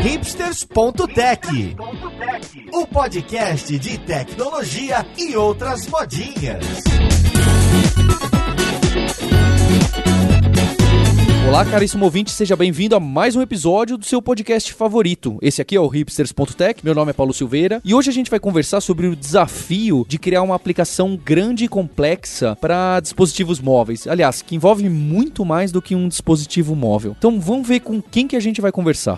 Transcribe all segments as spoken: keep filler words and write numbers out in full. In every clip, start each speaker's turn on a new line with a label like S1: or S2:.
S1: hipsters ponto tech, o podcast de tecnologia e outras modinhas.
S2: Olá, caríssimo ouvinte, seja bem-vindo a mais um episódio do seu podcast favorito. Esse aqui é o hipsters ponto tech, meu nome é Paulo Silveira e hoje a gente vai conversar sobre o desafio de criar uma aplicação grande e complexa para dispositivos móveis. Aliás, que envolve muito mais do que um dispositivo móvel. Então vamos ver com quem que a gente vai conversar.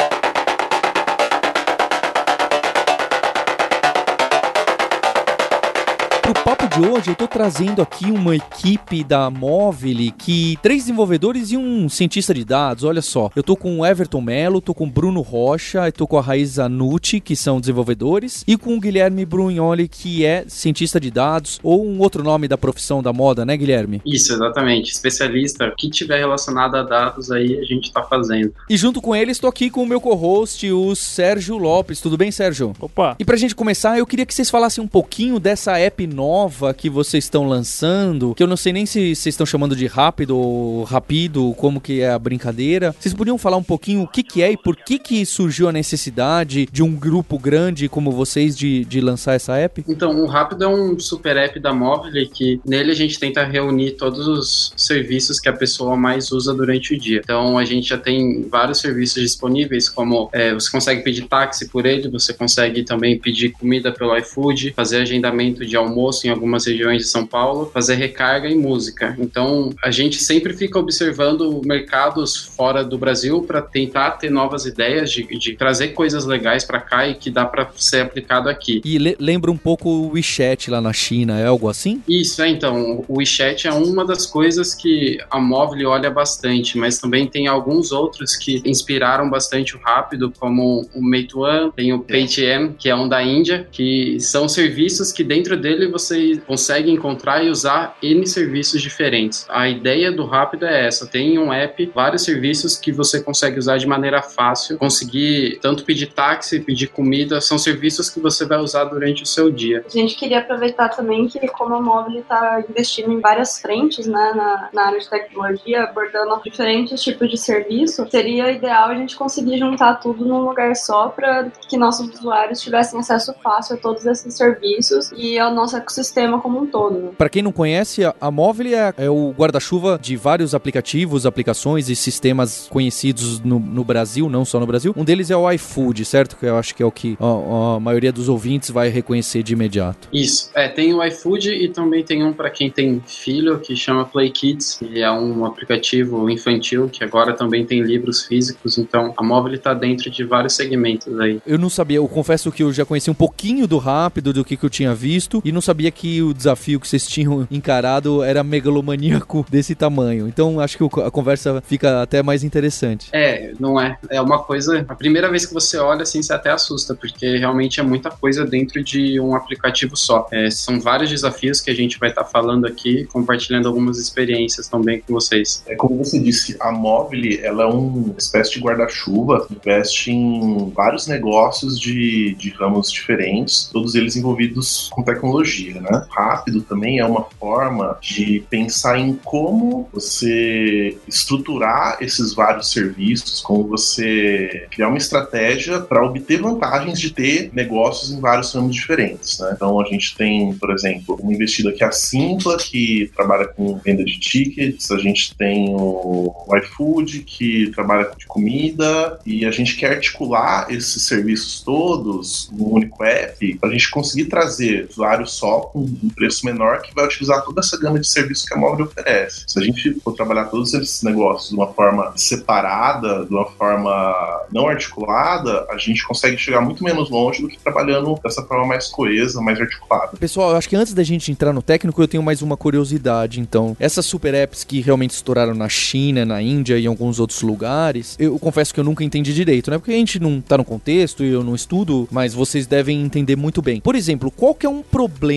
S2: Pro papo de hoje, eu tô trazendo aqui uma equipe da Movile, que três desenvolvedores e um cientista de dados, olha só. Eu tô com o Everton Mello, tô com o Bruno Rocha, eu tô com a Raíza Nucci, que são desenvolvedores, e com o Guilherme Brugnoli, que é cientista de dados, ou um outro nome da profissão da moda, né, Guilherme?
S3: Isso, exatamente. Especialista, o que tiver relacionado a dados aí, a gente tá fazendo.
S2: E junto com eles, tô aqui com o meu co-host, o Sérgio Lopes. Tudo bem, Sérgio?
S4: Opa!
S2: E pra gente começar, eu queria que vocês falassem um pouquinho dessa app nova que vocês estão lançando, que eu não sei nem se vocês estão chamando de rápido ou rapido, como que é a brincadeira. Vocês podiam falar um pouquinho o que que é e por que que surgiu a necessidade de um grupo grande como vocês de, de lançar essa app?
S3: Então, o Rápido é um super app da Movile que nele a gente tenta reunir todos os serviços que a pessoa mais usa durante o dia. Então, a gente já tem vários serviços disponíveis, como é, você consegue pedir táxi por ele, você consegue também pedir comida pelo iFood, fazer agendamento de almoço em algumas regiões de São Paulo, fazer recarga e música. Então, a gente sempre fica observando mercados fora do Brasil para tentar ter novas ideias de, de trazer coisas legais para cá e que dá para ser aplicado aqui.
S2: E le- lembra um pouco o WeChat lá na China, é algo assim?
S3: Isso, é, então, o WeChat é uma das coisas que a Movile olha bastante, mas também tem alguns outros que inspiraram bastante o Rápido, como o Meituan, tem o Paytm, que é um da Índia, que são serviços que dentro dele você consegue encontrar e usar N serviços diferentes. A ideia do Rápido é essa, tem um app, vários serviços que você consegue usar de maneira fácil, conseguir tanto pedir táxi, pedir comida, são serviços que você vai usar durante o seu dia.
S5: A gente queria aproveitar também que como a Movile está investindo em várias frentes, né, na, na área de tecnologia, abordando diferentes tipos de serviço, seria ideal a gente conseguir juntar tudo num lugar só para que nossos usuários tivessem acesso fácil a todos esses serviços e ao nosso ecossistema como um todo.
S2: Para quem não conhece, a Movile é, é o guarda-chuva de vários aplicativos, aplicações e sistemas conhecidos no, no Brasil, não só no Brasil. Um deles é o iFood, certo? Que eu acho que é o que a, a maioria dos ouvintes vai reconhecer de imediato.
S3: Isso. É, tem o iFood e também tem um para quem tem filho que chama Play Kids, que é um aplicativo infantil que agora também tem livros físicos, então a Movile está dentro de vários segmentos aí.
S2: Eu não sabia, eu confesso que eu já conheci um pouquinho do Rápido, do que, que eu tinha visto, e não sabia que o desafio que vocês tinham encarado era megalomaníaco desse tamanho. Então acho que a conversa fica até mais interessante.
S3: É, não é? É uma coisa... A primeira vez que você olha, assim, você até assusta, porque realmente é muita coisa dentro de um aplicativo só. É, são vários desafios que a gente vai estar tá falando aqui, compartilhando algumas experiências também com vocês.
S6: É como você disse, a Movile, ela é uma espécie de guarda-chuva, investe em vários negócios de, de ramos diferentes, todos eles envolvidos com tecnologia, né? Rápido também é uma forma de pensar em como você estruturar esses vários serviços, como você criar uma estratégia para obter vantagens de ter negócios em vários ramos diferentes, né? Então a gente tem, por exemplo, uma investida que é a Simpla, que trabalha com venda de tickets, a gente tem o iFood, que trabalha com comida, e a gente quer articular esses serviços todos num único app para a gente conseguir trazer usuários só com um preço menor que vai utilizar toda essa gama de serviços que a Movile oferece. Se a gente for trabalhar todos esses negócios de uma forma separada, de uma forma não articulada, a gente consegue chegar muito menos longe do que trabalhando dessa forma mais coesa, mais articulada.
S2: Pessoal, eu acho que antes da gente entrar no técnico, eu tenho mais uma curiosidade, então. Essas super apps que realmente estouraram na China, na Índia e em alguns outros lugares, eu confesso que eu nunca entendi direito, né? Porque a gente não tá no contexto e eu não estudo, mas vocês devem entender muito bem. Por exemplo, qual que é um problema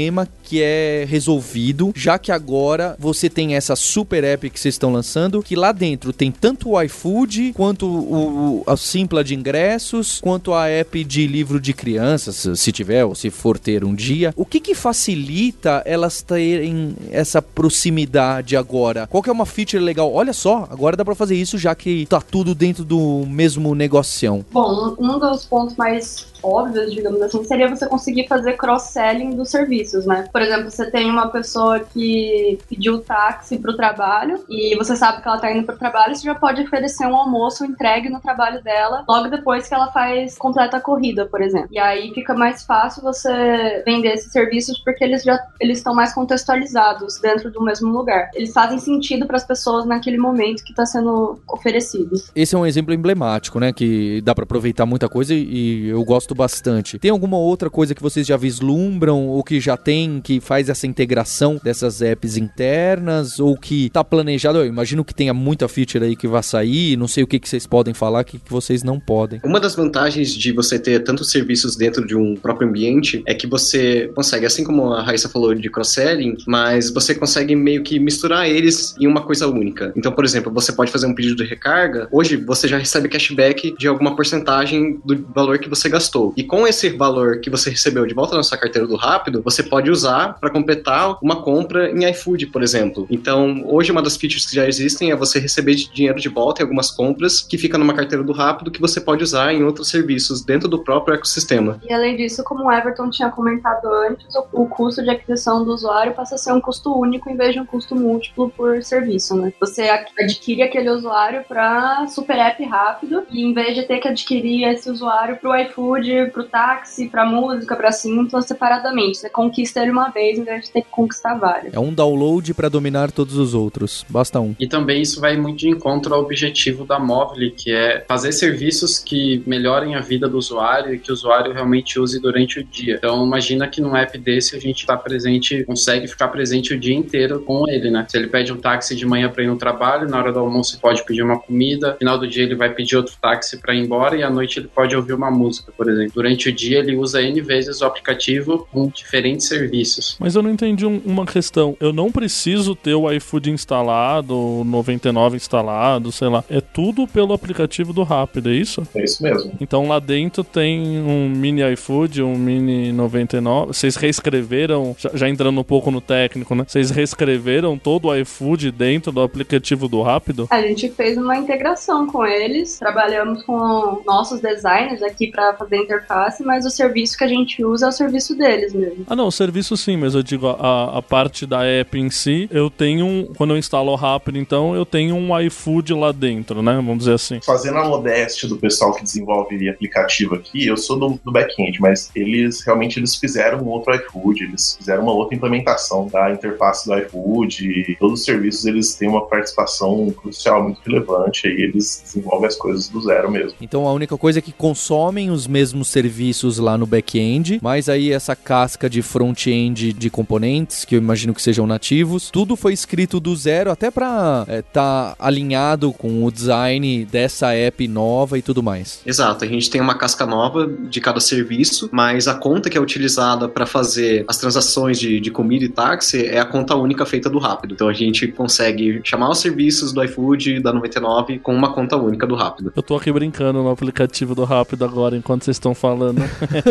S2: que é resolvido, já que agora você tem essa super app que vocês estão lançando, que lá dentro tem tanto o iFood, quanto o, a Simpla de ingressos, quanto a app de livro de crianças, se tiver ou se for ter um dia. O que que facilita elas terem essa proximidade agora? Qual que é uma feature legal? Olha só, agora dá pra fazer isso, já que tá tudo dentro do mesmo negocião.
S5: Bom, um dos pontos mais óbvios, digamos assim, seria você conseguir fazer cross-selling dos serviços, né? Por exemplo, você tem uma pessoa que pediu táxi pro trabalho e você sabe que ela tá indo pro trabalho, você já pode oferecer um almoço entregue no trabalho dela logo depois que ela faz, completa a corrida, por exemplo. E aí fica mais fácil você vender esses serviços porque eles já eles estão mais contextualizados dentro do mesmo lugar. Eles fazem sentido para as pessoas naquele momento que está sendo oferecido.
S2: Esse é um exemplo emblemático, né? Que dá para aproveitar muita coisa e eu gosto bastante. Tem alguma outra coisa que vocês já vislumbram ou que já tem, que faz essa integração dessas apps internas ou que tá planejado? Eu imagino que tenha muita feature aí que vai sair, não sei o que, que vocês podem falar, que, que vocês não podem.
S4: Uma das vantagens de você ter tantos serviços dentro de um próprio ambiente é que você consegue, assim como a Raíssa falou de cross-selling, mas você consegue meio que misturar eles em uma coisa única. Então, por exemplo, você pode fazer um pedido de recarga, hoje você já recebe cashback de alguma porcentagem do valor que você gastou. E com esse valor que você recebeu de volta na sua carteira do Rápido, você pode usar para completar uma compra em iFood, por exemplo. Então, hoje uma das features que já existem é você receber dinheiro de volta em algumas compras que fica numa carteira do Rápido que você pode usar em outros serviços dentro do próprio ecossistema.
S5: E além disso, como o Everton tinha comentado antes, o custo de aquisição do usuário passa a ser um custo único em vez de um custo múltiplo por serviço, né? Você adquire aquele usuário para super app rápido e em vez de ter que adquirir esse usuário para o iFood, pro táxi, pra música, pra Simpla, separadamente. Você conquista ele uma vez, em vez de ter que conquistar vários.
S2: É um download pra dominar todos os outros. Basta um.
S3: E também isso vai muito de encontro ao objetivo da Movile, que é fazer serviços que melhorem a vida do usuário e que o usuário realmente use durante o dia. Então, imagina que num app desse a gente tá presente, consegue ficar presente o dia inteiro com ele, né? Se ele pede um táxi de manhã pra ir no trabalho, na hora do almoço ele pode pedir uma comida, no final do dia ele vai pedir outro táxi pra ir embora e à noite ele pode ouvir uma música, por exemplo. Durante o dia ele usa N vezes o aplicativo com diferentes serviços.
S7: Mas eu não entendi um, uma questão. Eu não preciso ter o iFood instalado, o noventa e nove instalado, sei lá. É tudo pelo aplicativo do Rápido, é isso?
S6: É isso mesmo.
S7: Então lá dentro tem um mini iFood, um mini noventa e nove. Vocês reescreveram, já, já entrando um pouco no técnico, né? Vocês reescreveram todo o iFood dentro do aplicativo do Rápido?
S5: A gente fez uma integração com eles, trabalhamos com nossos designers aqui para fazer a interface, mas o serviço que a gente usa é o serviço deles mesmo.
S7: Ah, não, o serviço sim, mas eu digo a, a parte da app em si, eu tenho um, quando eu instalo o Rápido, então, eu tenho um iFood lá dentro, né? Vamos dizer assim.
S6: Fazendo a modéstia do pessoal que desenvolve aplicativo aqui, eu sou do, do back-end, mas eles realmente eles fizeram um outro iFood, eles fizeram uma outra implementação da interface do iFood, todos os serviços eles têm uma participação crucial, muito relevante, aí eles desenvolvem as coisas do zero mesmo.
S2: Então a única coisa é que consomem os mesmos serviços lá no back-end, mas aí essa casca de front-end de componentes, que eu imagino que sejam nativos, tudo foi escrito do zero, até para é, tá alinhado com o design dessa app nova e tudo mais.
S4: Exato, a gente tem uma casca nova de cada serviço, mas a conta que é utilizada para fazer as transações de, de comida e táxi é a conta única feita do Rápido. Então a gente consegue chamar os serviços do iFood, da noventa e nove, com uma conta única do Rápido.
S7: Eu tô aqui brincando no aplicativo do Rápido agora, enquanto vocês estão falando.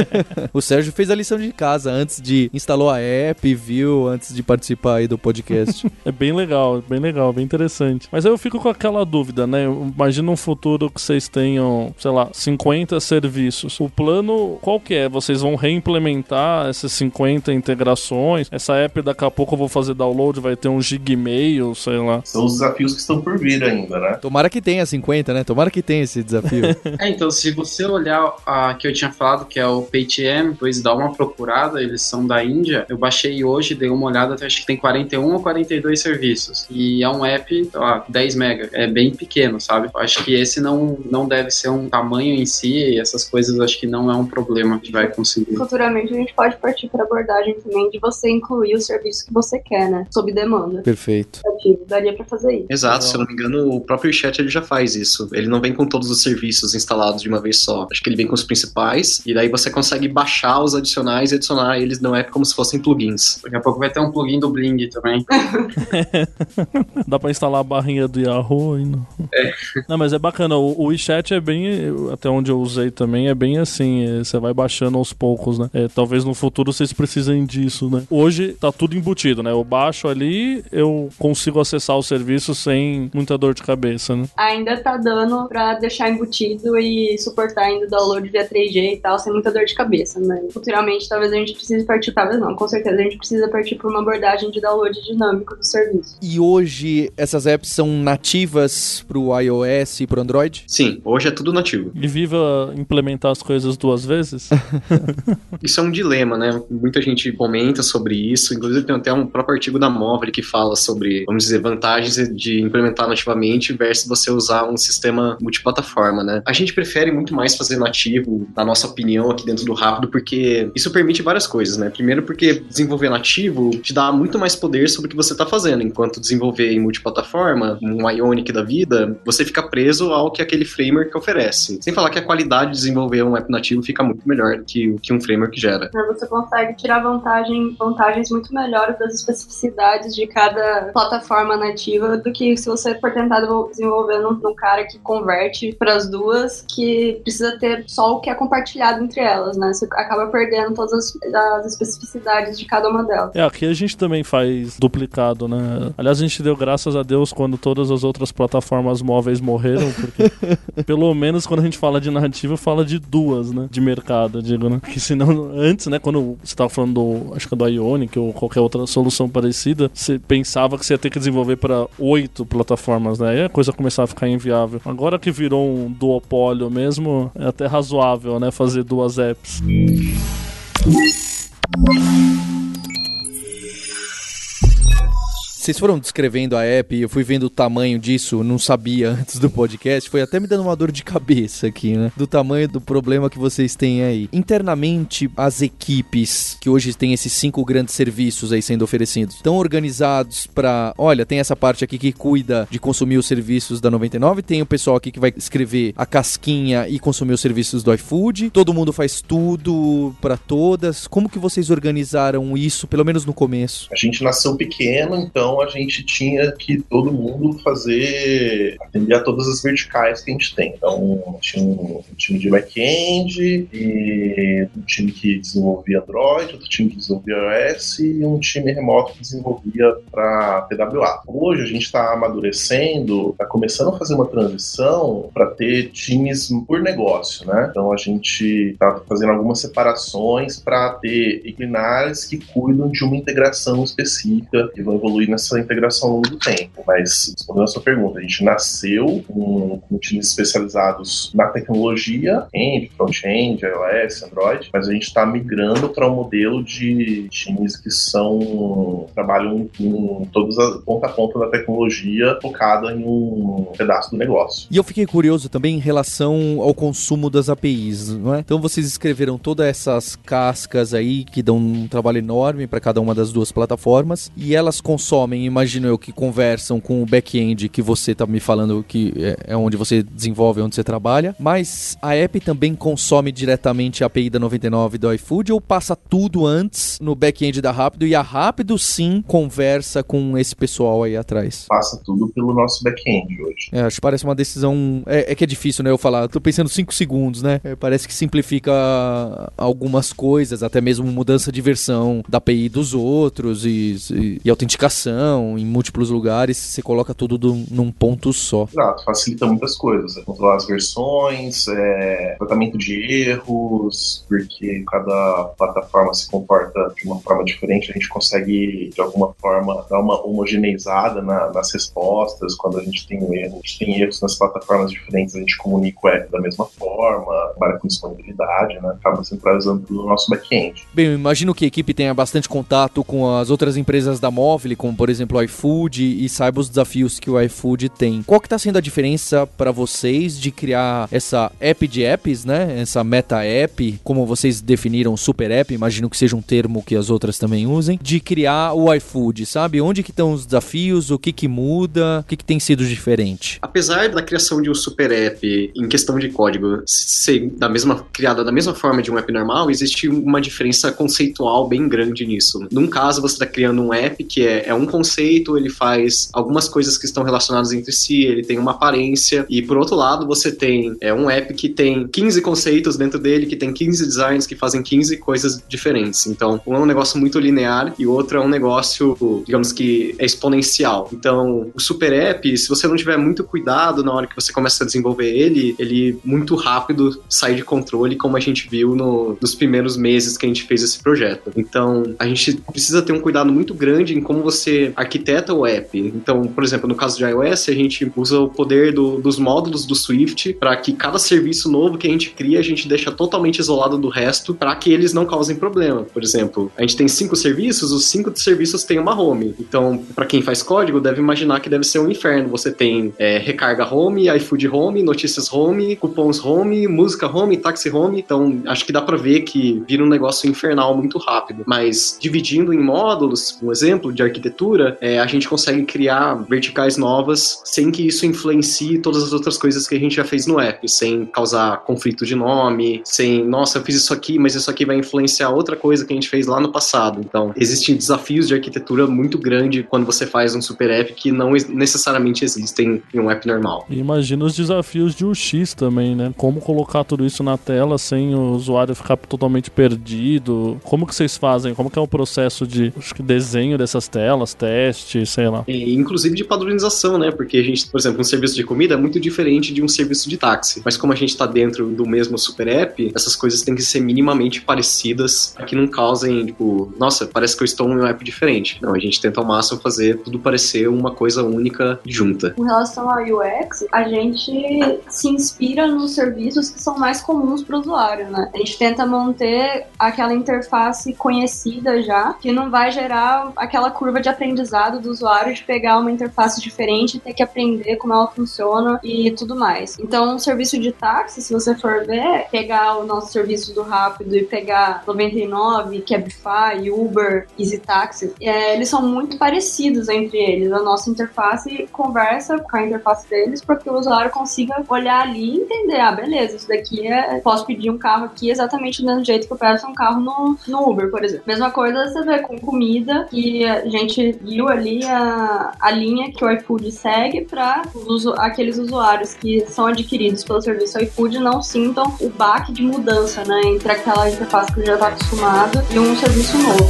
S2: O Sérgio fez a lição de casa antes de instalou a app, viu, antes de participar aí do podcast.
S7: É bem legal, bem legal, bem interessante. Mas aí eu fico com aquela dúvida, né? Imagina um futuro que vocês tenham, sei lá, cinquenta serviços. O plano, qual que é? Vocês vão reimplementar essas cinquenta integrações? Essa app daqui a pouco eu vou fazer download, vai ter um Gmail, sei lá.
S6: São os desafios que estão por vir ainda, né?
S2: Tomara que tenha cinquenta, né? Tomara que tenha esse desafio.
S3: É, então, se você olhar a que eu tinha falado, que é o Paytm, depois dá uma procurada, eles são da Índia. Eu baixei hoje, dei uma olhada, acho que tem quarenta e um ou quarenta e dois serviços. E é um app, ó, dez mega. É bem pequeno, sabe? Eu acho que esse não, não deve ser um tamanho em si, e essas coisas acho que não é um problema que vai conseguir.
S5: Futuramente a gente pode partir para abordagem também de você incluir o serviço que você quer, né? Sob demanda.
S2: Perfeito.
S5: Daria para fazer isso.
S4: Exato, se eu não me engano, o próprio chat ele já faz isso. Ele não vem com todos os serviços instalados de uma vez só. Acho que ele vem com os principais, e daí você consegue baixar os adicionais e adicionar eles no app como se fosse sem plugins.
S3: Daqui a pouco vai ter um plugin do Bling também.
S7: Dá pra instalar a barrinha do Yahoo e não...
S3: É.
S7: Não, mas é bacana. O, o WeChat é bem, até onde eu usei também, é bem assim, é, você vai baixando aos poucos, né? É, talvez no futuro vocês precisem disso, né? Hoje tá tudo embutido, né? Eu baixo ali, eu consigo acessar o serviço sem muita dor de cabeça, né?
S5: Ainda tá dando pra deixar embutido e suportar ainda o download via três G e tal, sem muita dor de cabeça, né? Futuramente, talvez a gente precise partir, talvez não, com certeza a gente precisa partir por uma abordagem de download dinâmico do serviço.
S2: E hoje essas apps são nativas pro iOS e pro Android?
S4: Sim, hoje é tudo nativo.
S7: E viva implementar as coisas duas vezes?
S4: Isso é um dilema, né? Muita gente comenta sobre isso, inclusive tem até um próprio artigo da Móvel que fala sobre, vamos dizer, vantagens de implementar nativamente versus você usar um sistema multiplataforma, né? A gente prefere muito mais fazer nativo, na nossa opinião, aqui dentro do Rápido, porque isso permite várias coisas, né? Primeiro porque desenvolver nativo te dá muito mais poder sobre o que você está fazendo, enquanto desenvolver em multiplataforma, um Ionic da vida, você fica preso ao que aquele framework oferece. Sem falar que a qualidade de desenvolver um app nativo fica muito melhor do que o que um framework gera.
S5: Você consegue tirar vantagem, vantagens muito melhores das especificidades de cada plataforma nativa do que se você for tentar desenvolver num, num cara que converte para as duas, que precisa ter só o que é compartilhado entre elas, né? Você acaba perdendo todas as, as especificidades de cada uma delas.
S7: É, aqui a gente também faz duplicado, né? Aliás, a gente deu graças a Deus quando todas as outras plataformas móveis morreram, porque pelo menos quando a gente fala de narrativa, fala de duas, né? De mercado, digo, né? Porque senão, antes, né? Quando você tava falando do, acho que é do Ionic ou qualquer outra solução parecida, você pensava que você ia ter que desenvolver para oito plataformas, né? Aí a coisa começava a ficar inviável. Agora que virou um duopólio mesmo, é até razoável, né? Fazer duas apps.
S2: Vocês foram descrevendo a app e eu fui vendo o tamanho disso, não sabia antes do podcast, foi até me dando uma dor de cabeça aqui, né? Do tamanho do problema que vocês têm aí. Internamente, as equipes que hoje têm esses cinco grandes serviços aí sendo oferecidos, estão organizados para, olha, tem essa parte aqui que cuida de consumir os serviços da noventa e nove, tem o pessoal aqui que vai escrever a casquinha e consumir os serviços do iFood, todo mundo faz tudo para todas. Como que vocês organizaram isso, pelo menos no começo?
S6: A gente nasceu pequeno, então a gente tinha que todo mundo fazer, atender a todas as verticais que a gente tem. Então tinha um, um time de back-end, e um time que desenvolvia Android, outro time que desenvolvia iOS e um time remoto que desenvolvia para P W A. Hoje a gente está amadurecendo, está começando a fazer uma transição para ter times por negócio, né? Então a gente está fazendo algumas separações para ter equinares que cuidam de uma integração específica e vão evoluir nessa integração ao longo do tempo. Mas, respondendo a sua pergunta, a gente nasceu com, com times especializados na tecnologia, end, front-end, iOS, Android, mas a gente está migrando para um modelo de times que são trabalham em todas as ponta a ponta da tecnologia focada em um pedaço do negócio.
S2: E eu fiquei curioso também em relação ao consumo das A P Is, não é? Então vocês escreveram todas essas cascas aí que dão um trabalho enorme para cada uma das duas plataformas e elas consomem, imagino eu, que conversam com o back-end que você tá me falando que é onde você desenvolve, onde você trabalha, mas a app também consome diretamente a A P I da noventa e nove do iFood ou passa tudo antes no back-end da Rápido e a Rápido sim conversa com esse pessoal aí atrás?
S6: Passa tudo pelo nosso back-end hoje.
S2: É, acho que parece uma decisão... É, é que é difícil, né, eu falar. Tô pensando cinco segundos, né? É, parece que simplifica algumas coisas, até mesmo mudança de versão da A P I dos outros e, e, e autenticação em múltiplos lugares. Você coloca tudo do, num ponto só.
S6: Exato, facilita muitas coisas. É controlar as versões, é, tratamento de erros, porque cada plataforma se comporta de uma forma diferente. A gente consegue, de alguma forma, dar uma homogeneizada na, nas respostas. Quando a gente tem um erro, a gente tem erros nas plataformas diferentes, a gente comunica o app da mesma forma, trabalha com disponibilidade, né? Acaba centralizando tudo no nosso back-end.
S2: Bem, eu imagino que a equipe tenha bastante contato com as outras empresas da Móvel, como por por exemplo, o iFood e saiba os desafios que o iFood tem. Qual que tá sendo a diferença para vocês de criar essa app de apps, né? Essa meta app, como vocês definiram, super app, imagino que seja um termo que as outras também usem, de criar o iFood, sabe? Onde que estão os desafios, o que que muda, o que que tem sido diferente?
S4: Apesar da criação de um super app em questão de código ser da mesma, criada da mesma forma de um app normal, existe uma diferença conceitual bem grande nisso. Num caso, você está criando um app que é, é um conceito, ele faz algumas coisas que estão relacionadas entre si, ele tem uma aparência, e por outro lado, você tem é, um app que tem quinze conceitos dentro dele, que tem quinze designs que fazem quinze coisas diferentes. Então, um é um negócio muito linear e o outro é um negócio, digamos que é exponencial. Então, o super app, se você não tiver muito cuidado na hora que você começa a desenvolver ele, ele muito rápido sai de controle, como a gente viu no, nos primeiros meses que a gente fez esse projeto. Então, a gente precisa ter um cuidado muito grande em como você arquiteta o app. Então, por exemplo, no caso de iOS, a gente usa o poder do, dos módulos do Swift para que cada serviço novo que a gente cria, a gente deixa totalmente isolado do resto para que eles não causem problema. Por exemplo, a gente tem cinco serviços, os cinco serviços têm uma home. Então, para quem faz código, deve imaginar que deve ser um inferno. Você tem é, recarga home, iFood home, notícias home, cupons home, música home, táxi home. Então, acho que dá para ver que vira um negócio infernal muito rápido. Mas, dividindo em módulos, um exemplo de arquitetura, é, a gente consegue criar verticais novas sem que isso influencie todas as outras coisas que a gente já fez no app, sem causar conflito de nome, sem, nossa, eu fiz isso aqui, mas isso aqui vai influenciar outra coisa que a gente fez lá no passado. Então, existem desafios de arquitetura muito grandes quando você faz um super app que não necessariamente existem em um app normal.
S7: E imagina os desafios de U X também, né? Como colocar tudo isso na tela sem o usuário ficar totalmente perdido? Como que vocês fazem? Como que é o processo de acho que desenho dessas telas, teste, sei lá?
S4: E, inclusive de padronização, né? Porque a gente, por exemplo, um serviço de comida é muito diferente de um serviço de táxi. Mas como a gente está dentro do mesmo super app, essas coisas têm que ser minimamente parecidas para que não causem, tipo, nossa, parece que eu estou em um app diferente. Não, a gente tenta ao máximo fazer tudo parecer uma coisa única junta.
S5: Com relação ao U X, a gente se inspira nos serviços que são mais comuns para o usuário, né? A gente tenta manter aquela interface conhecida já, que não vai gerar aquela curva de aprendizado do usuário de pegar uma interface diferente e ter que aprender como ela funciona e tudo mais. Então, um serviço de táxi, se você for ver, pegar o nosso serviço do Rápido e pegar noventa e nove, Cabify, Uber, Easy Taxi, é, eles são muito parecidos entre eles. A nossa interface conversa com a interface deles para que o usuário consiga olhar ali e entender, ah, beleza, isso daqui é... posso pedir um carro aqui exatamente do mesmo jeito que eu peço um carro no, no Uber, por exemplo. Mesma coisa você vê com comida, que a gente viu ali a, a linha que o iFood segue para aqueles usuários que são adquiridos pelo serviço iFood não sintam o baque de mudança, né, entre aquela interface que já está acostumado e um serviço novo.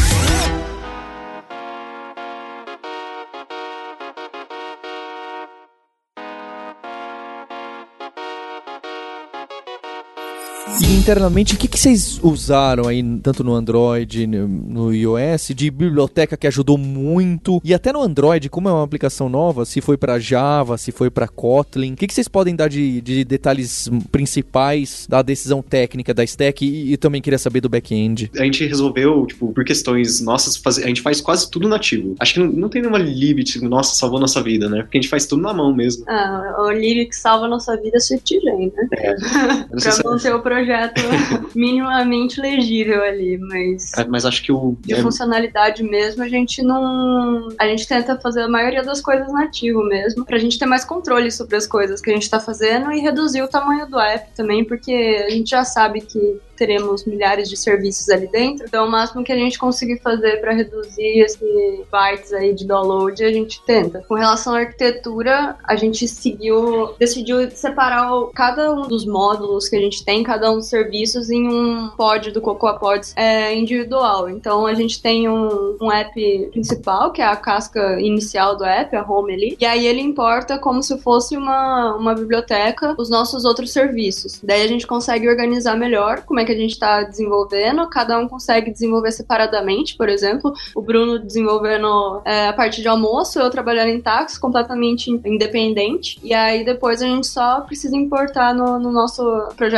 S2: E internamente, o que, que vocês usaram aí, tanto no Android, no, no iOS, de biblioteca que ajudou muito? E até no Android, como é uma aplicação nova, se foi para Java, se foi para Kotlin, o que, que vocês podem dar de, de detalhes principais da decisão técnica da stack? E, e também queria saber do back-end.
S4: A gente resolveu, tipo, por questões nossas, fazer, a gente faz quase tudo nativo. Acho que não, não tem nenhuma lib, tipo, nossa, salvou nossa vida, né? Porque a gente faz tudo na mão mesmo.
S5: Ah, o lib que salva a nossa vida é SwiftGen, né? É. Pra manter o projeto minimamente legível ali, mas...
S4: É, mas acho que o...
S5: De
S4: é...
S5: funcionalidade mesmo, a gente não... A gente tenta fazer a maioria das coisas nativo mesmo, pra gente ter mais controle sobre as coisas que a gente tá fazendo e reduzir o tamanho do app também, porque a gente já sabe que teremos milhares de serviços ali dentro, então o máximo que a gente conseguir fazer para reduzir esses bytes aí de download, a gente tenta. Com relação à arquitetura, a gente seguiu, decidiu separar o, cada um dos módulos que a gente tem, cada um dos serviços em um pod do Cocoa Pods é, individual. Então a gente tem um, um app principal, que é a casca inicial do app, a home ali, e aí ele importa como se fosse uma, uma biblioteca os nossos outros serviços. Daí a gente consegue organizar melhor como é que a gente está desenvolvendo, cada um consegue desenvolver separadamente, por exemplo, o Bruno desenvolvendo é, a parte de almoço, eu trabalhando em táxi, completamente independente, e aí depois a gente só precisa importar no, no nosso projeto principal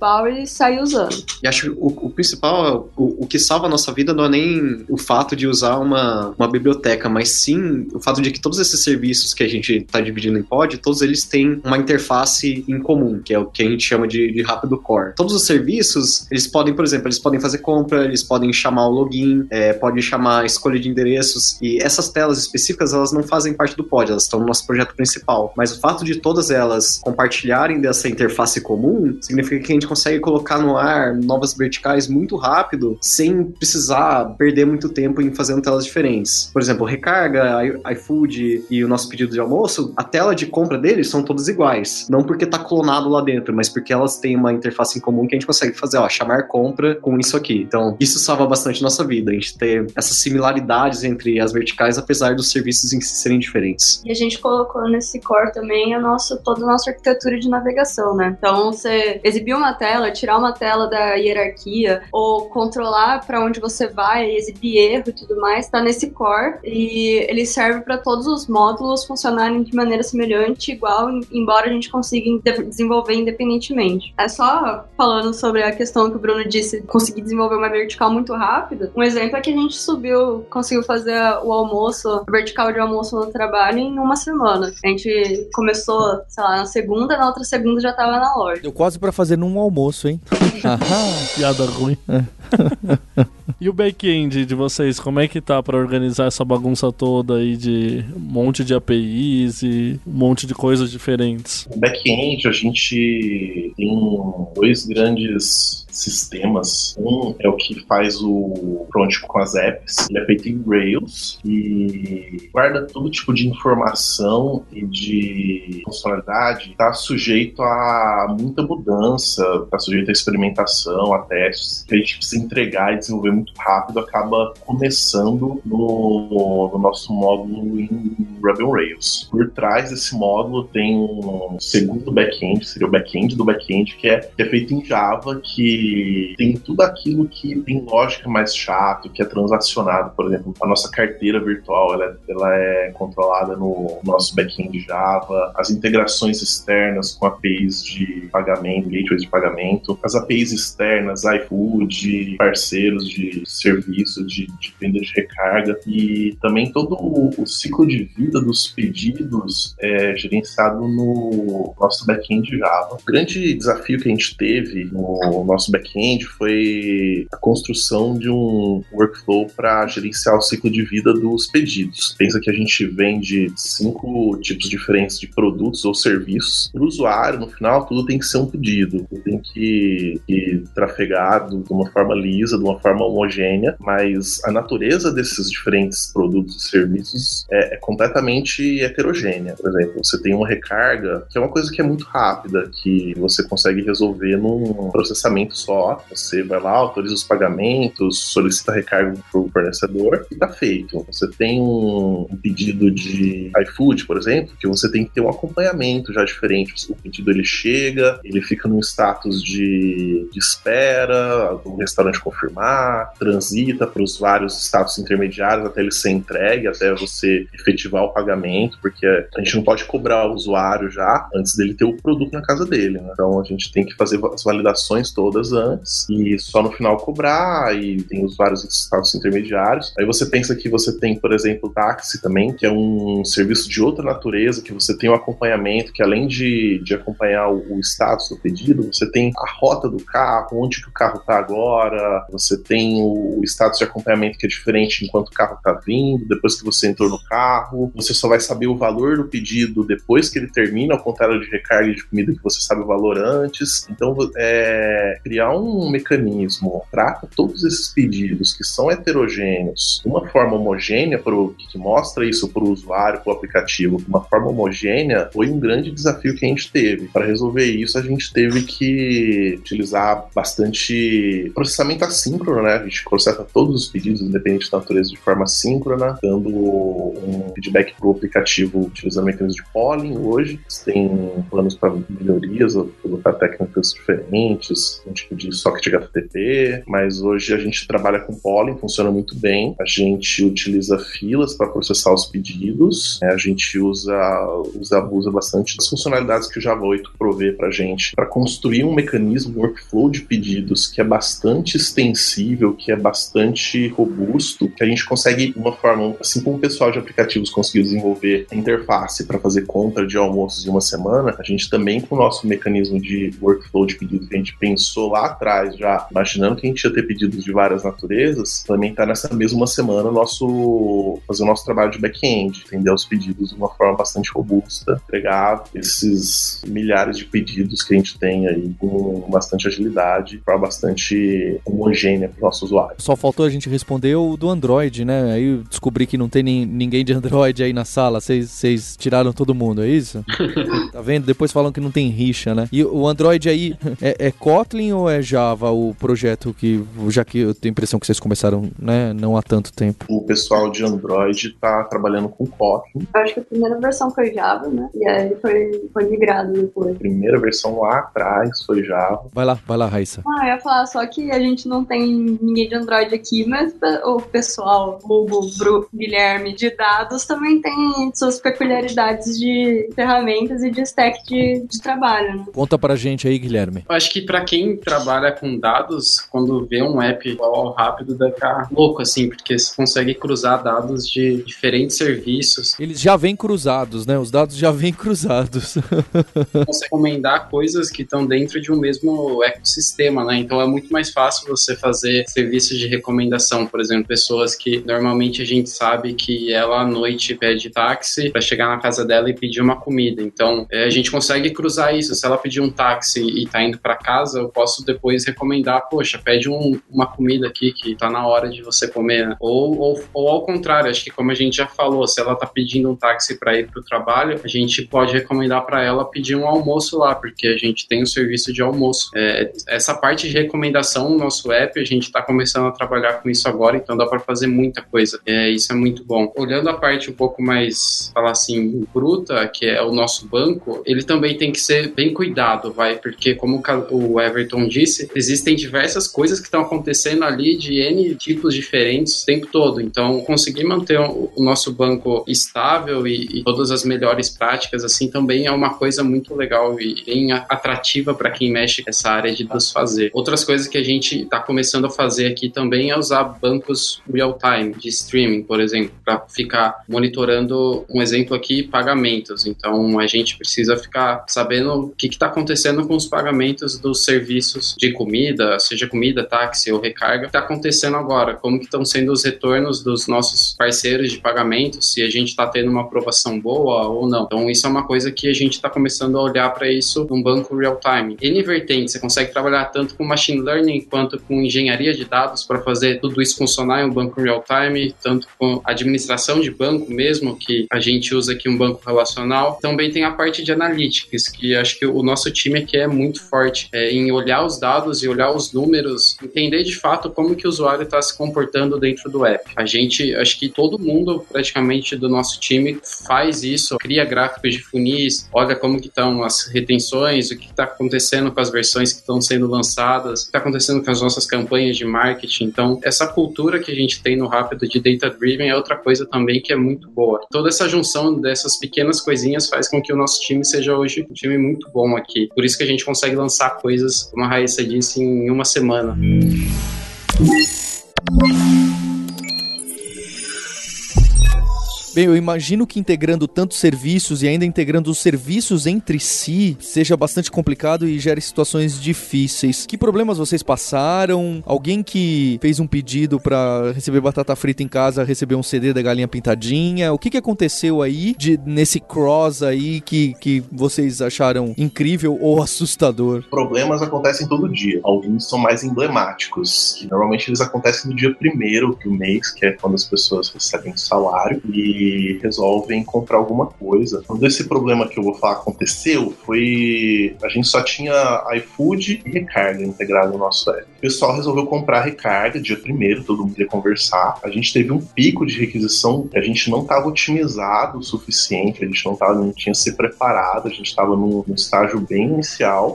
S5: principal e sair usando.
S4: E acho que o, o principal, o, o que salva a nossa vida não é nem o fato de usar uma, uma biblioteca, mas sim o fato de que todos esses serviços que a gente está dividindo em pod, todos eles têm uma interface em comum, que é o que a gente chama de, de rápido core. Todos os serviços, eles podem, por exemplo, eles podem fazer compra, eles podem chamar o login, é, podem chamar a escolha de endereços, e essas telas específicas, elas não fazem parte do pod, elas estão no nosso projeto principal. Mas o fato de todas elas compartilharem dessa interface comum, significa que a gente consegue colocar no ar novas verticais muito rápido, sem precisar perder muito tempo em fazendo telas diferentes. Por exemplo, recarga, iFood e o nosso pedido de almoço, a tela de compra deles são todas iguais. Não porque tá clonado lá dentro, mas porque elas têm uma interface em comum que a gente consegue fazer, ó, chamar compra com isso aqui. Então, isso salva bastante nossa vida, a gente ter essas similaridades entre as verticais, apesar dos serviços em si serem diferentes.
S5: E a gente colocou nesse core também a nossa, toda a nossa arquitetura de navegação, né? Então, você exibir uma tela, tirar uma tela da hierarquia, ou controlar para onde você vai, exibir erro e tudo mais, tá nesse core, e ele serve para todos os módulos funcionarem de maneira semelhante, igual, embora a gente consiga desenvolver independentemente. É só falando sobre a questão que o Bruno disse, conseguir desenvolver uma vertical muito rápida. Um exemplo é que a gente subiu, conseguiu fazer o almoço, a vertical de almoço no trabalho em uma semana. A gente começou, sei lá, na segunda, na outra segunda já tava na loja.
S2: Deu quase pra fazer num almoço, hein?
S7: Piada ruim. É. E o back-end de vocês, como é que tá pra organizar essa bagunça toda aí de um monte de A P Is e um monte de coisas diferentes?
S6: O back-end, a gente tem dois grandes sistemas. Um é o que faz o front com as apps. Ele é feito em Rails e guarda todo tipo de informação e de funcionalidade. Está sujeito a muita mudança, está sujeito a experimentação, a testes, que a gente precisa entregar e desenvolver muito rápido, acaba começando no, no nosso módulo em Ruby on Rails. Por trás desse módulo tem um segundo back-end, seria o back-end do back-end, que é, que é feito em Java, que tem tudo aquilo que tem lógica mais chato, que é transacionado. Por exemplo, a nossa carteira virtual, ela, ela é controlada no nosso back-end Java, as integrações externas com A P Is de pagamento, gateways de pagamento, as A P Is externas, iFood, parceiros de serviços, de, de venda de recarga, e também todo o, o ciclo de vida dos pedidos é gerenciado no nosso back-end Java. O grande desafio que a gente teve no nosso back-end foi a construção de um workflow para gerenciar o ciclo de vida dos pedidos. Pensa que a gente vende cinco tipos diferentes de produtos ou serviços. Para o usuário, no final, tudo tem que ser um pedido. Tudo tem que, que trafegar de uma forma lisa, de uma forma homogênea, mas a natureza desses diferentes produtos e serviços é, é completamente heterogênea. Por exemplo, você tem uma recarga, que é uma coisa que é muito rápida, que você consegue resolver num processamento só. Você vai lá, autoriza os pagamentos, solicita a recarga para o fornecedor e está feito. Você tem um, um pedido de iFood, por exemplo, que você tem que ter um acompanhamento já diferente. O pedido ele chega, ele fica num status de, de espera, o restaurante confirmar, transita para os vários status intermediários até ele ser entregue, até você efetivar o pagamento, porque a gente não pode cobrar o usuário já antes dele ter o produto na casa dele, né? Então a gente tem que fazer as validações todas antes e só no final cobrar, e tem os vários status intermediários. Aí você pensa que você tem, por exemplo, o táxi também, que é um serviço de outra natureza, que você tem um acompanhamento, que além de, de acompanhar o, o status do pedido, você tem a rota do carro, onde que o carro está agora, você tem o, o status de acompanhamento que é diferente enquanto o carro está vindo, depois que você entrou no carro, você só vai saber o valor do pedido depois que ele termina, ao contrário de recarga de comida que você sabe o valor antes. Então, é, criar um mecanismo trata todos esses pedidos que são heterogêneos de uma forma homogênea, pro, que mostra isso para o usuário, para o aplicativo, de uma forma homogênea, foi um grande desafio que a gente teve. Para resolver isso, a gente teve que utilizar bastante processamento assíncrono, né? A gente processa todos os pedidos, independente da natureza, de forma assíncrona, dando um feedback para o aplicativo utilizando mecanismos de polling. Hoje, tem planos para melhorias, para técnicas diferentes, a gente tipo de socket H T T P, mas hoje a gente trabalha com Pollen, funciona muito bem. A gente utiliza filas para processar os pedidos, né? A gente usa, usa, abusa bastante das funcionalidades que o Java oito provê para a gente para construir um mecanismo, um workflow de pedidos que é bastante extensível, que é bastante robusto, que a gente consegue, de uma forma, assim como o pessoal de aplicativos conseguiu desenvolver a interface para fazer compra de almoços em uma semana, a gente também, com o nosso mecanismo de workflow de pedidos que a gente pensou lá atrás, já imaginando que a gente ia ter pedidos de várias naturezas, também está nessa mesma semana nosso, fazer o nosso trabalho de back-end, entender os pedidos de uma forma bastante robusta, entregar esses milhares de pedidos que a gente tem aí com bastante agilidade, de forma bastante homogênea para o nosso usuário.
S2: Só faltou a gente responder o do Android, né? Aí eu descobri que não tem ni- ninguém de Android aí na sala, vocês tiraram todo mundo, é isso? Tá vendo? Depois falam que não tem rixa, né? E o Android aí é, é Kotlin ou é Java o projeto que, já que eu tenho a impressão que vocês começaram, né, não há tanto tempo?
S6: O pessoal de Android tá trabalhando com Kotlin.
S5: Eu acho que a primeira versão foi Java, né? E aí foi, foi migrado depois.
S6: A primeira versão lá atrás foi Java.
S2: Vai lá, vai lá, Raíssa.
S5: Ah, eu ia falar só que a gente não tem ninguém de Android aqui, mas o pessoal, Hugo, Bru, Guilherme, de dados também tem suas peculiaridades de ferramentas e de stack de, de trabalho, né?
S2: Conta pra gente aí, Guilherme.
S3: Eu acho que pra quem trabalha com dados, quando vê um app igual ao Rápido, deve ficar louco, assim, porque você consegue cruzar dados de diferentes serviços.
S2: Eles já vêm cruzados, né? Os dados já vêm cruzados.
S3: Consegue recomendar coisas que estão dentro de um mesmo ecossistema, né? Então é muito mais fácil você fazer serviços de recomendação, por exemplo, pessoas que normalmente a gente sabe que ela à noite pede táxi para chegar na casa dela e pedir uma comida. Então é, a gente consegue cruzar isso. Se ela pedir um táxi e tá indo para casa, eu posso depois recomendar, poxa, pede um, uma comida aqui que tá na hora de você comer, né? Ou, ou, ou ao contrário, acho que como a gente já falou, se ela tá pedindo um táxi para ir pro trabalho, a gente pode recomendar para ela pedir um almoço lá, porque a gente tem um serviço de almoço. É, essa parte de recomendação no nosso app, a gente tá começando a trabalhar com isso agora, então dá para fazer muita coisa. É, isso é muito bom. Olhando a parte um pouco mais, falar assim, bruta, que é o nosso banco, ele também tem que ser bem cuidado, vai, porque como o Everton disse, existem diversas coisas que estão acontecendo ali de N tipos diferentes o tempo todo. Então, conseguir manter o, o nosso banco estável e, e todas as melhores práticas, assim, também é uma coisa muito legal e bem atrativa para quem mexe com essa área de dados fazer. Outras coisas que a gente está começando a fazer aqui também é usar bancos real-time, de streaming, por exemplo, para ficar monitorando, um exemplo aqui, pagamentos. Então, a gente precisa ficar sabendo o que está acontecendo com os pagamentos dos serviços de comida, seja comida, táxi ou recarga, o que está acontecendo agora, como que estão sendo os retornos dos nossos parceiros de pagamento, se a gente está tendo uma aprovação boa ou não. Então, isso é uma coisa que a gente está começando a olhar para isso num banco real-time. N vertente, você consegue trabalhar tanto com machine learning quanto com engenharia de dados para fazer tudo isso funcionar em um banco real-time, tanto com administração de banco mesmo, que a gente usa aqui um banco relacional. Também tem a parte de analytics, que acho que o nosso time aqui é muito forte é, em olhar os dados e olhar os números, entender de fato como que o usuário está se comportando dentro do app. A gente, acho que todo mundo praticamente do nosso time faz isso, cria gráficos de funis, olha como que estão as retenções, o que está acontecendo com as versões que estão sendo lançadas, o que está acontecendo com as nossas campanhas de marketing. Então, essa cultura que a gente tem no Rápido de Data Driven é outra coisa também que é muito boa. Toda essa junção dessas pequenas coisinhas faz com que o nosso time seja hoje um time muito bom aqui. Por isso que a gente consegue lançar coisas, como a Raíssa disse, em uma semana.
S2: Bem, eu imagino que integrando tantos serviços e ainda integrando os serviços entre si seja bastante complicado e gere situações difíceis. Que problemas vocês passaram? Alguém que fez um pedido pra receber batata frita em casa recebeu um C D da Galinha Pintadinha? O que que aconteceu aí de, nesse cross aí que, que vocês acharam incrível ou assustador?
S6: Problemas acontecem todo dia. Alguns são mais emblemáticos, que normalmente eles acontecem no dia primeiro do mês, que é quando as pessoas recebem salário e e resolvem comprar alguma coisa. Quando esse problema que eu vou falar aconteceu, foi... A gente só tinha iFood e recarga integrado no nosso app. O pessoal resolveu comprar recarga dia primeiro, todo mundo ia conversar. A gente teve um pico de requisição, a gente não estava otimizado o suficiente, a gente não, tava, não tinha se preparado, a gente estava num, num estágio bem inicial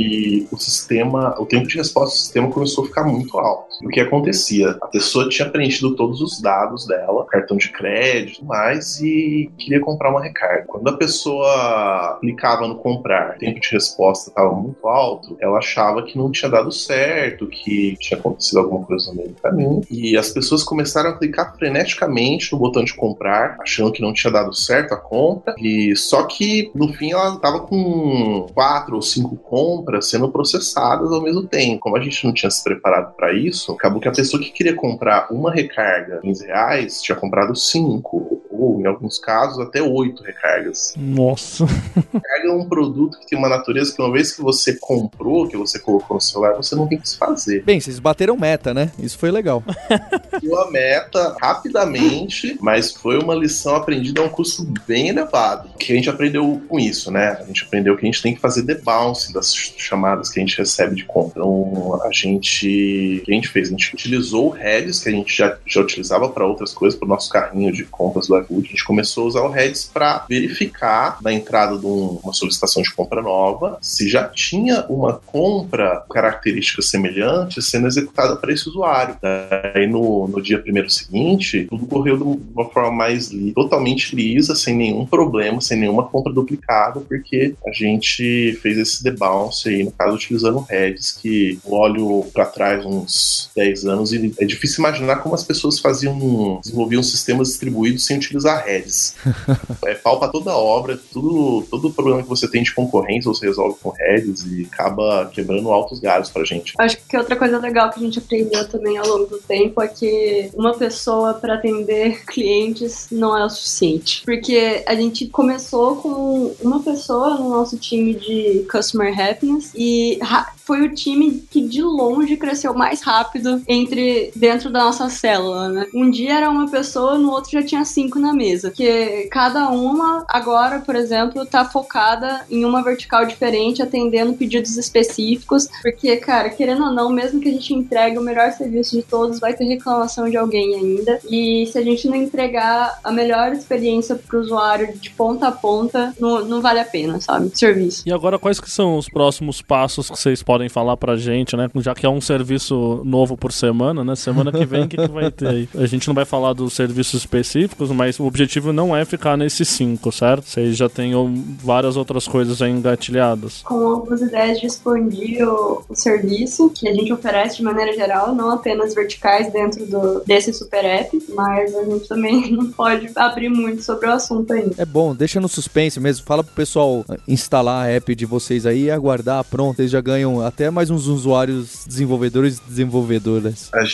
S6: e o sistema, o tempo de resposta do sistema começou a ficar muito alto. O que acontecia? A pessoa tinha preenchido todos os dados dela, cartão de crédito e tudo mais, e queria comprar uma recarga. Quando a pessoa clicava no comprar, o tempo de resposta estava muito alto, ela achava que não tinha dado certo, que tinha acontecido alguma coisa no meio do caminho, e as pessoas começaram a clicar freneticamente no botão de comprar, achando que não tinha dado certo a compra, e só que no fim ela estava com quatro ou cinco compras sendo processadas ao mesmo tempo. Como a gente não tinha se preparado para isso, acabou que a pessoa que queria comprar uma recarga quinze reais tinha comprado cinco, ou em alguns casos até oito recargas.
S7: Nossa.
S6: Recarga é um produto que tem uma natureza que uma vez que você comprou, que você colocou no celular, você não tem que se fazer.
S2: Bem, vocês bateram meta, né? Isso foi legal.
S6: Bateu a meta rapidamente, mas foi uma lição aprendida a um custo bem elevado. O que a gente aprendeu com isso, né? A gente aprendeu que a gente tem que fazer debounce das chamadas que a gente recebe de compra. Então, a gente... O que a gente fez? A gente utilizou o Redis, que a gente já, já utilizava para outras coisas, para o nosso carrinho de compras do iFood. A gente começou a usar o Redis para verificar na entrada de um, uma solicitação de compra nova se já tinha uma compra com características semelhantes sendo executada para esse usuário. Daí no, no dia primeiro seguinte, tudo correu de uma forma mais li- totalmente lisa, sem nenhum problema, sem nenhuma compra duplicada, porque a gente fez esse debounce aí, no caso, utilizando o Redis, que eu olho para trás uns dez anos e é difícil imaginar como as pessoas faziam, desenvolviam sistemas distribuídos sem utilizar Redis. É pau pra toda obra, tudo, todo problema que você tem de concorrência você resolve com Redis e acaba quebrando altos galhos pra gente.
S5: Acho que outra coisa legal que a gente aprendeu também ao longo do tempo é que uma pessoa para atender clientes não é o suficiente. Porque a gente começou com uma pessoa no nosso time de Customer Happiness e foi o time que de longe cresceu mais rápido entre dentro da nossa célula, né? Um dia era uma pessoa, no outro já tinha cinco na mesa. Que cada uma agora, por exemplo, tá focada em uma vertical diferente, atendendo pedidos específicos, porque, cara, querendo ou não, mesmo que a gente entregue o melhor serviço de todos, vai ter reclamação de alguém ainda. E se a gente não entregar a melhor experiência pro usuário de ponta a ponta, não, não vale a pena, sabe? Serviço.
S7: E agora, quais que são os próximos passos que vocês podem falar pra gente, né? Já que é um serviço novo por semana, né? Semana que vem, o que, que vai ter aí? A gente não vai falar dos serviços específicos, mas o objetivo não é ficar nesses cinco, certo? Vocês já têm várias outras coisas aí engatilhadas.
S5: Com algumas ideias de expandir o, o serviço que a gente oferece de maneira geral, não apenas verticais dentro do, desse super app, mas a gente também não pode abrir muito sobre o assunto ainda.
S2: É bom, deixa no suspense mesmo. Fala pro pessoal instalar a app de vocês aí e aguardar, pronto, eles já ganham até mais uns usuários desenvolvedores e desenvolvedoras.
S6: A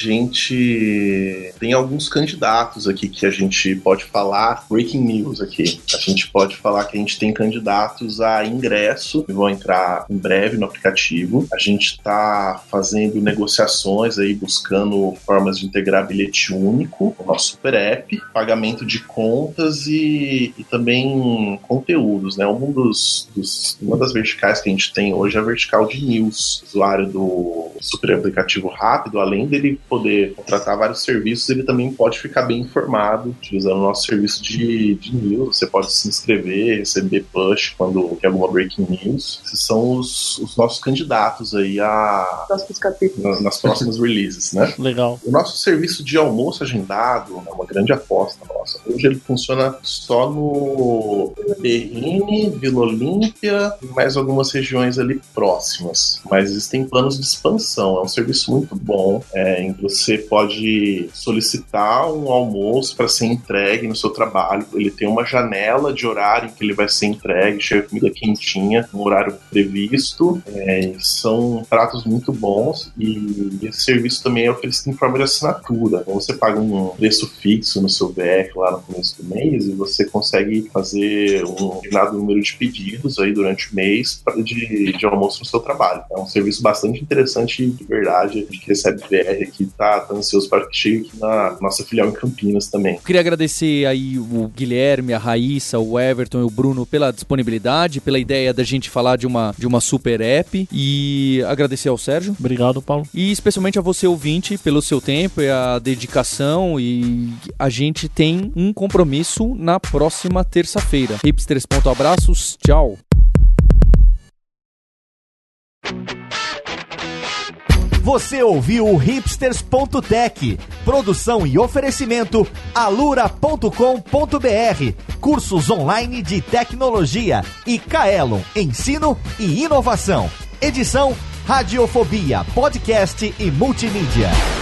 S6: gente tem alguns candidatos aqui que a gente pode falar, breaking news aqui. A gente pode falar que a gente tem candidatos a ingresso que vão entrar em breve no aplicativo. A gente está fazendo negociações aí, buscando formas de integrar bilhete único no nosso super app, pagamento de contas e, e também conteúdos, né? Um dos, dos, uma das verticais que a gente tem hoje é a vertical de news. O usuário do super aplicativo rápido, além dele poder contratar vários serviços, ele também pode ficar bem informado utilizando o nosso serviço de, de news. Você pode se inscrever, receber push quando tem alguma breaking news. Esses são os, os nossos candidatos aí a, nas, nas próximas releases, né?
S7: Legal.
S6: O nosso serviço de almoço agendado é uma grande aposta nossa. Hoje ele funciona só no Berrini, Vila Olímpia e mais algumas regiões ali próximas. Mas existem planos de expansão. É um serviço muito bom, é, em que você pode solicitar um almoço para ser entregue no seu trabalho. Ele tem uma janela de horário em que ele vai ser entregue, chega comida quentinha, no horário previsto. É, são pratos muito bons e esse serviço também é oferecido em forma de assinatura. Então você paga um preço fixo no seu V R lá no começo do mês e você consegue fazer um determinado número de pedidos aí durante o mês de, de almoço no seu trabalho. É um serviço bastante interessante cliente de verdade, a gente que recebe V R aqui, tá, tá ansioso para que chegue aqui na nossa filial em Campinas também.
S2: Queria agradecer aí o Guilherme, a Raíssa, o Everton e o Bruno pela disponibilidade, pela ideia da gente falar de uma, de uma super app, e agradecer ao Sérgio.
S7: Obrigado, Paulo.
S2: E especialmente a você, ouvinte, pelo seu tempo e a dedicação, e a gente tem um compromisso na próxima terça-feira. Hipsters, ponto abraços, tchau.
S1: Você ouviu o hipsters ponto tech, produção e oferecimento alura ponto com ponto br, cursos online de tecnologia, e Kaelon, ensino e inovação. Edição Radiofobia, podcast e multimídia.